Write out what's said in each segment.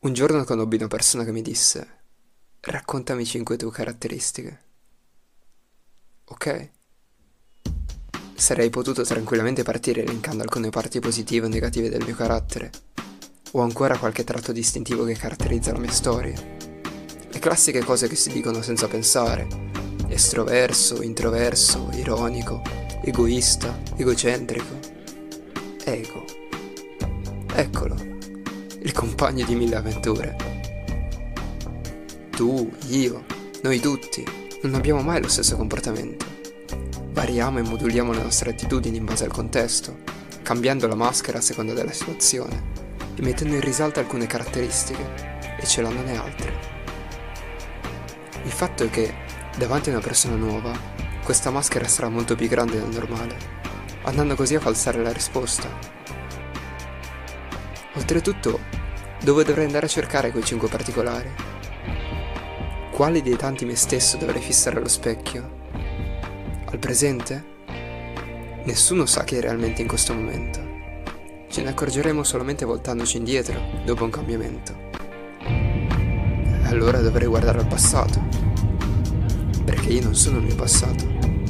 Un giorno conobbi una persona che mi disse: raccontami 5 tue caratteristiche. Ok? Sarei potuto tranquillamente partire elencando alcune parti positive o negative del mio carattere, o ancora qualche tratto distintivo che caratterizza la mia storia. Le classiche cose che si dicono senza pensare: estroverso, introverso, ironico, egoista, egocentrico. Ego. Eccolo, il compagno di mille avventure. Tu, io, noi tutti, non abbiamo mai lo stesso comportamento. Variamo e moduliamo le nostre attitudini in base al contesto, cambiando la maschera a seconda della situazione e mettendo in risalto alcune caratteristiche e celandone altre. Il fatto è che, davanti a una persona nuova, questa maschera sarà molto più grande del normale, andando così a falsare la risposta. Oltretutto, dove dovrei andare a cercare quei 5 particolari? Quali dei tanti me stesso dovrei fissare allo specchio? Al presente? Nessuno sa chi è realmente in questo momento. Ce ne accorgeremo solamente voltandoci indietro dopo un cambiamento. E allora dovrei guardare al passato, perché io non sono il mio passato.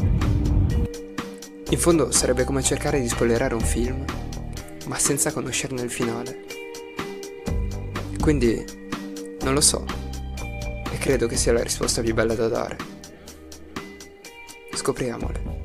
In fondo sarebbe come cercare di spoilerare un film, ma senza conoscerne il finale. Quindi, non lo so, e credo che sia la risposta più bella da dare. Scopriamole.